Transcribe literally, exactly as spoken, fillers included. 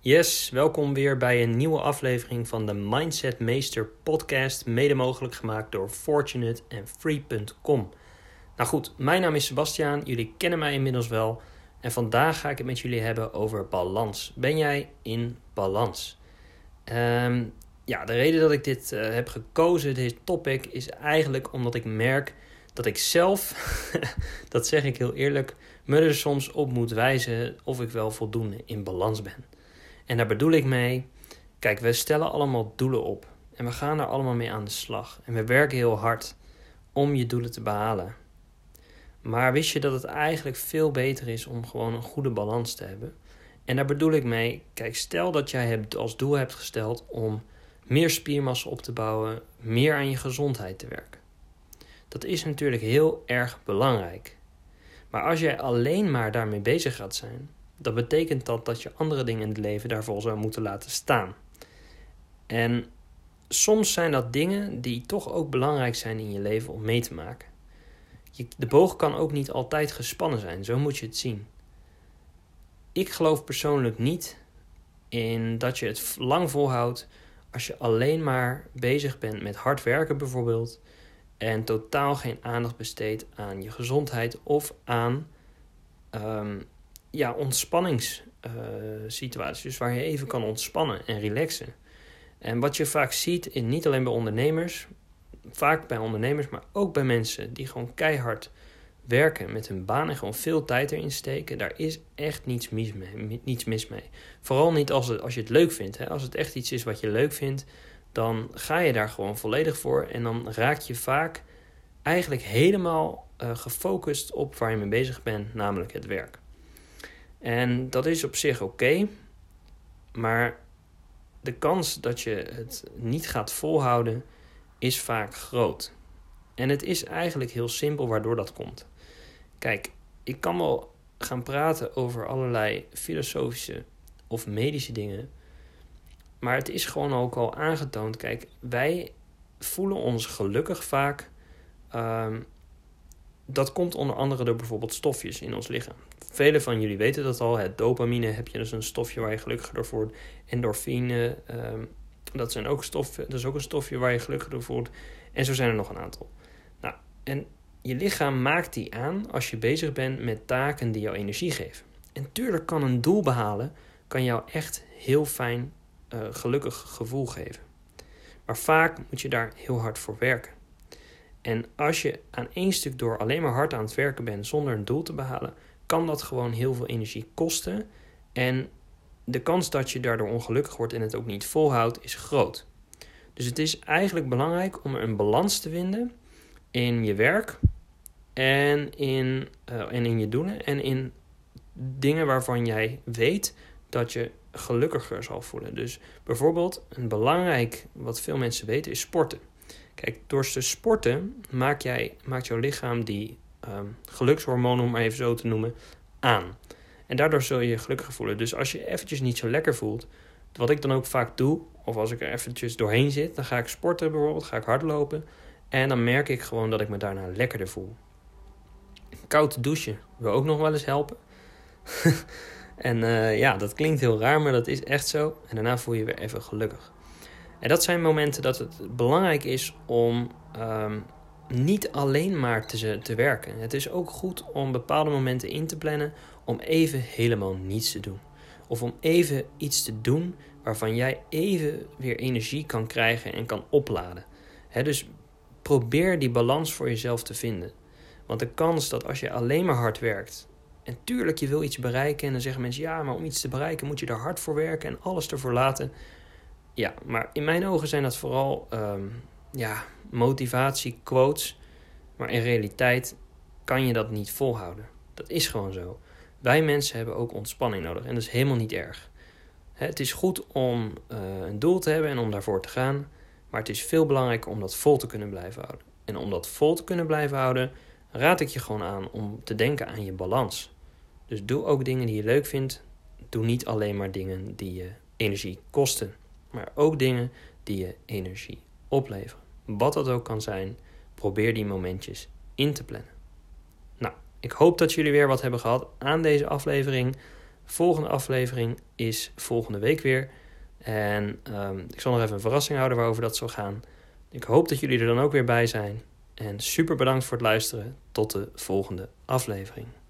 Yes, welkom weer bij een nieuwe aflevering van de Mindset Meester podcast, mede mogelijk gemaakt door Fortunate en Free punt com. Nou goed, mijn naam is Sebastiaan, jullie kennen mij inmiddels wel en vandaag ga ik het met jullie hebben over balans. Ben jij in balans? Um, ja, de reden dat ik dit uh, heb gekozen, dit topic, is eigenlijk omdat ik merk dat ik zelf, dat zeg ik heel eerlijk, me er soms op moet wijzen of ik wel voldoende in balans ben. En daar bedoel ik mee, kijk, we stellen allemaal doelen op. En we gaan er allemaal mee aan de slag. En we werken heel hard om je doelen te behalen. Maar wist je dat het eigenlijk veel beter is om gewoon een goede balans te hebben? En daar bedoel ik mee, kijk, stel dat jij hebt als doel hebt gesteld om meer spiermassa op te bouwen, meer aan je gezondheid te werken. Dat is natuurlijk heel erg belangrijk. Maar als jij alleen maar daarmee bezig gaat zijn, dan betekent dat dat je andere dingen in het leven daarvoor zou moeten laten staan. En soms zijn dat dingen die toch ook belangrijk zijn in je leven om mee te maken. Je, de boog kan ook niet altijd gespannen zijn, zo moet je het zien. Ik geloof persoonlijk niet in dat je het lang volhoudt als je alleen maar bezig bent met hard werken bijvoorbeeld en totaal geen aandacht besteedt aan je gezondheid of aan Um, ja, ontspanningssituaties, uh, dus waar je even kan ontspannen en relaxen. En wat je vaak ziet, in, niet alleen bij ondernemers, vaak bij ondernemers, maar ook bij mensen die gewoon keihard werken met hun baan en gewoon veel tijd erin steken, daar is echt niets mis mee. Niets mis mee. Vooral niet als, het, als je het leuk vindt. Hè. Als het echt iets is wat je leuk vindt, dan ga je daar gewoon volledig voor en dan raak je vaak eigenlijk helemaal uh, gefocust op waar je mee bezig bent, namelijk het werk. En dat is op zich oké, okay, maar de kans dat je het niet gaat volhouden is vaak groot. En het is eigenlijk heel simpel waardoor dat komt. Kijk, ik kan wel gaan praten over allerlei filosofische of medische dingen, maar het is gewoon ook al aangetoond. Kijk, wij voelen ons gelukkig vaak. Um, dat komt onder andere door bijvoorbeeld stofjes in ons lichaam. Velen van jullie weten dat al. Het dopamine heb je, dus een stofje waar je gelukkiger door wordt. Endorfine, um, dat, zijn ook stoffen, dat is ook een stofje waar je gelukkiger door wordt. En zo zijn er nog een aantal. Nou, en je lichaam maakt die aan als je bezig bent met taken die jou energie geven. En tuurlijk kan een doel behalen, kan jou echt heel fijn, uh, gelukkig gevoel geven. Maar vaak moet je daar heel hard voor werken. En als je aan één stuk door alleen maar hard aan het werken bent zonder een doel te behalen, kan dat gewoon heel veel energie kosten. En de kans dat je daardoor ongelukkig wordt en het ook niet volhoudt is groot. Dus het is eigenlijk belangrijk om er een balans te vinden in je werk en in, uh, en in je doelen en in dingen waarvan jij weet dat je gelukkiger zal voelen. Dus bijvoorbeeld een belangrijk, wat veel mensen weten, is sporten. Kijk, door te sporten maakt, jij, maakt jouw lichaam die um, gelukshormonen, om maar even zo te noemen, aan. En daardoor zul je je gelukkiger voelen. Dus als je eventjes niet zo lekker voelt, wat ik dan ook vaak doe, of als ik er eventjes doorheen zit, dan ga ik sporten bijvoorbeeld, ga ik hardlopen. En dan merk ik gewoon dat ik me daarna lekkerder voel. Koud douchen wil ook nog wel eens helpen. en uh, ja, dat klinkt heel raar, maar dat is echt zo. En daarna voel je je weer even gelukkig. En dat zijn momenten dat het belangrijk is om um, niet alleen maar te, te werken. Het is ook goed om bepaalde momenten in te plannen om even helemaal niets te doen. Of om even iets te doen waarvan jij even weer energie kan krijgen en kan opladen. He, dus probeer die balans voor jezelf te vinden. Want de kans dat als je alleen maar hard werkt, en tuurlijk je wil iets bereiken en dan zeggen mensen, ja, maar om iets te bereiken moet je er hard voor werken en alles ervoor laten. Ja, maar in mijn ogen zijn dat vooral um, ja, motivatie, quotes. Maar in realiteit kan je dat niet volhouden. Dat is gewoon zo. Wij mensen hebben ook ontspanning nodig. En dat is helemaal niet erg. Het is goed om uh, een doel te hebben en om daarvoor te gaan. Maar het is veel belangrijker om dat vol te kunnen blijven houden. En om dat vol te kunnen blijven houden, raad ik je gewoon aan om te denken aan je balans. Dus doe ook dingen die je leuk vindt. Doe niet alleen maar dingen die je energie kosten. Maar ook dingen die je energie opleveren. Wat dat ook kan zijn, probeer die momentjes in te plannen. Nou, ik hoop dat jullie weer wat hebben gehad aan deze aflevering. Volgende aflevering is volgende week weer. En um, ik zal nog even een verrassing houden waarover dat zal gaan. Ik hoop dat jullie er dan ook weer bij zijn. En super bedankt voor het luisteren. Tot de volgende aflevering.